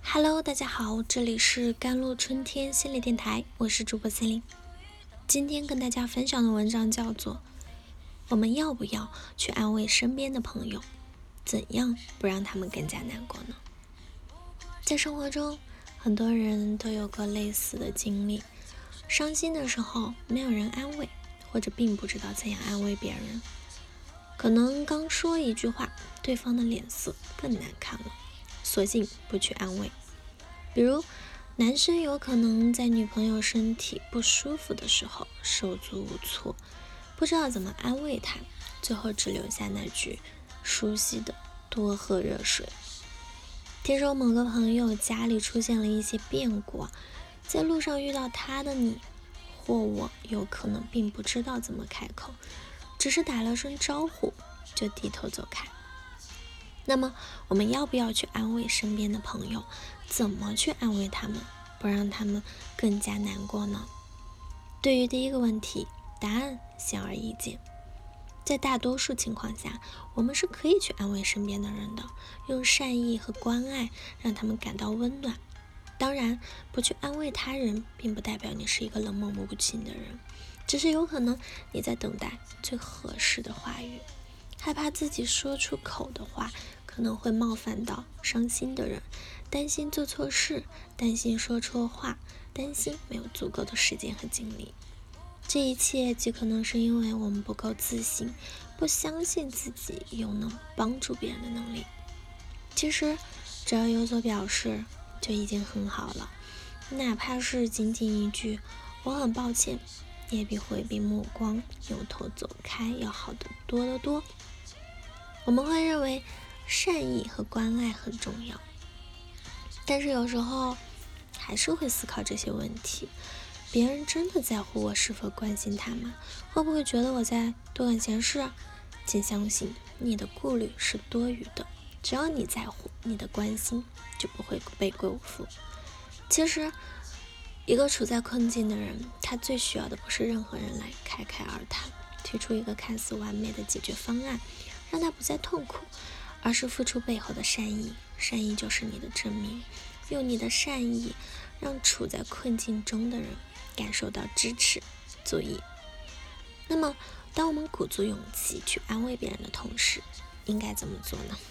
Hello，大家好，这里是甘露春天心理电台，我是主播心灵。今天跟大家分享的文章叫做我们要不要去安慰身边的朋友，怎样不让他们更加难过呢？在生活中，很多人都有过类似的经历，伤心的时候没有人安慰，或者并不知道怎样安慰别人，可能刚说一句话，对方的脸色更难看了，索性不去安慰。比如男生有可能在女朋友身体不舒服的时候手足无措，不知道怎么安慰她，最后只留下那句熟悉的多喝热水。听说某个朋友家里出现了一些变故，在路上遇到他的你或我有可能并不知道怎么开口，只是打了声招呼就低头走开。那么我们要不要去安慰身边的朋友？怎么去安慰他们，不让他们更加难过呢？对于第一个问题，答案显而易见。在大多数情况下，我们是可以去安慰身边的人的，用善意和关爱让他们感到温暖。当然，不去安慰他人，并不代表你是一个冷漠无情的人，只是有可能你在等待最合适的话语，害怕自己说出口的话可能会冒犯到伤心的人，担心做错事，担心说错话，担心没有足够的时间和精力。这一切极可能是因为我们不够自信，不相信自己有能帮助别人的能力。其实只要有所表示就已经很好了，哪怕是仅仅一句我很抱歉，也比回避目光扭头走开要好得多得多。我们会认为善意和关爱很重要，但是有时候还是会思考这些问题。别人真的在乎我是否关心他吗？会不会觉得我在多管闲事？请相信你的顾虑是多余的，只要你在乎，你的关心就不会被辜负。其实一个处在困境的人，他最需要的不是任何人来侃侃而谈，提出一个看似完美的解决方案，让他不再痛苦，而是付出背后的善意。善意就是你的证明，用你的善意让处在困境中的人感受到支持足矣。那么当我们鼓足勇气去安慰别人的同时，应该怎么做呢？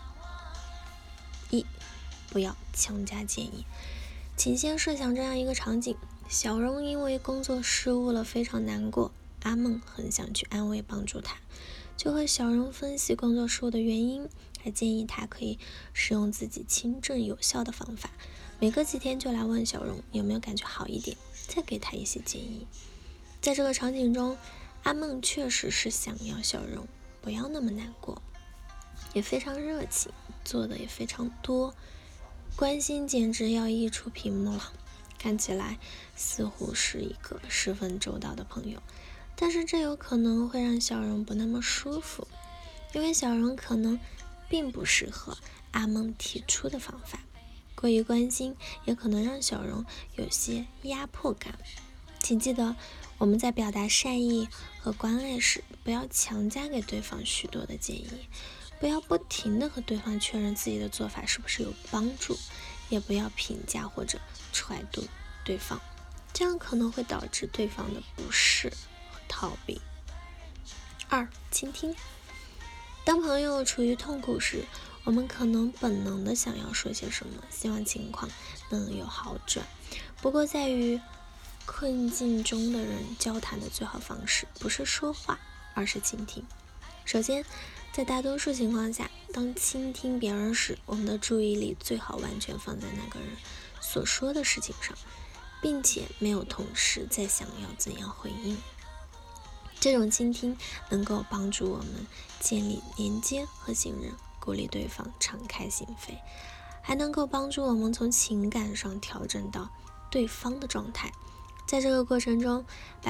一，不要强加建议。请先设想这样一个场景，小荣因为工作失误了非常难过，阿梦很想去安慰帮助他，就和小荣分析工作失误的原因，还建议他可以使用自己轻症有效的方法，每隔几天就来问小荣有没有感觉好一点，再给他一些建议。在这个场景中，阿梦确实是想要小荣不要那么难过，也非常热情，做的也非常多，关心简直要溢出屏幕了，看起来似乎是一个十分周到的朋友。但是这有可能会让小荣不那么舒服，因为小荣可能并不适合阿梦提出的方法，过于关心也可能让小荣有些压迫感。请记得，我们在表达善意和关爱时，不要强加给对方许多的建议，不要不停地和对方确认自己的做法是不是有帮助，也不要评价或者揣度对方，这样可能会导致对方的不适和逃避。二，倾听。当朋友处于痛苦时，我们可能本能的想要说些什么，希望情况能有好转。不过在于困境中的人交谈的最好方式不是说话，而是倾听。首先，在大多数情况下，当倾听别人时，我们的注意力最好完全放在那个人所说的事情上，并且没有同时在想要怎样回应。这种倾听能够帮助我们建立连接和信任，鼓励对方敞开心扉，还能够帮助我们从情感上调整到对方的状态。在这个过程中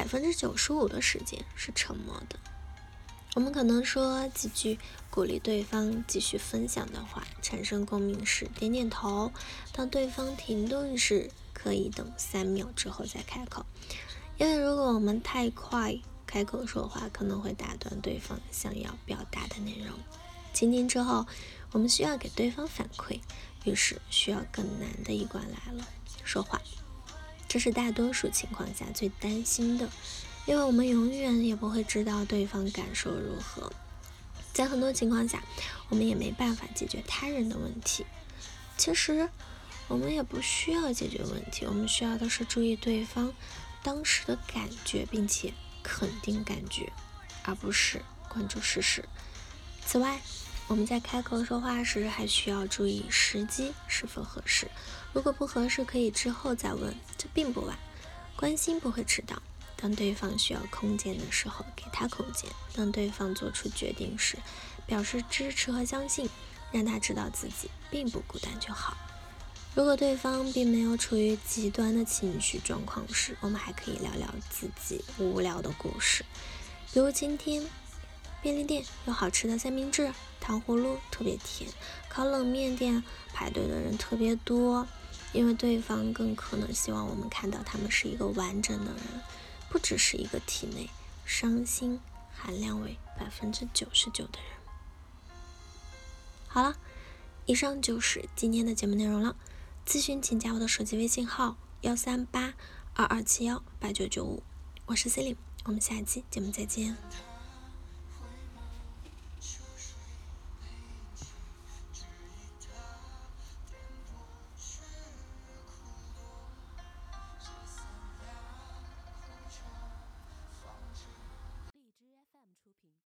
，95%的时间是沉默的。我们可能说几句鼓励对方继续分享的话，产生共鸣时点点头，当对方停顿时可以等3秒之后再开口，因为如果我们太快开口说话，可能会打断对方想要表达的内容。 倾听之后，我们需要给对方反馈，于是需要更难的一关来了，说话。这是大多数情况下最担心的，因为我们永远也不会知道对方感受如何。在很多情况下，我们也没办法解决他人的问题。其实我们也不需要解决问题，我们需要的是注意对方当时的感觉，并且肯定感觉，而不是关注事实。此外，我们在开口说话时还需要注意时机是否合适，如果不合适可以之后再问，这并不晚。关心不会迟到，当对方需要空间的时候给他空间，当对方做出决定时表示支持和相信，让他知道自己并不孤单就好。如果对方并没有处于极端的情绪状况时，我们还可以聊聊自己无聊的故事，比如今天便利店有好吃的三明治，糖葫芦特别甜，烤冷面店排队的人特别多，因为对方更可能希望我们看到他们是一个完整的人，不只是一个体内伤心含量为99%的人。好了，以上就是今天的节目内容了。咨询请加我的手机微信号13822718995，我是 Celine，我们下期节目再见。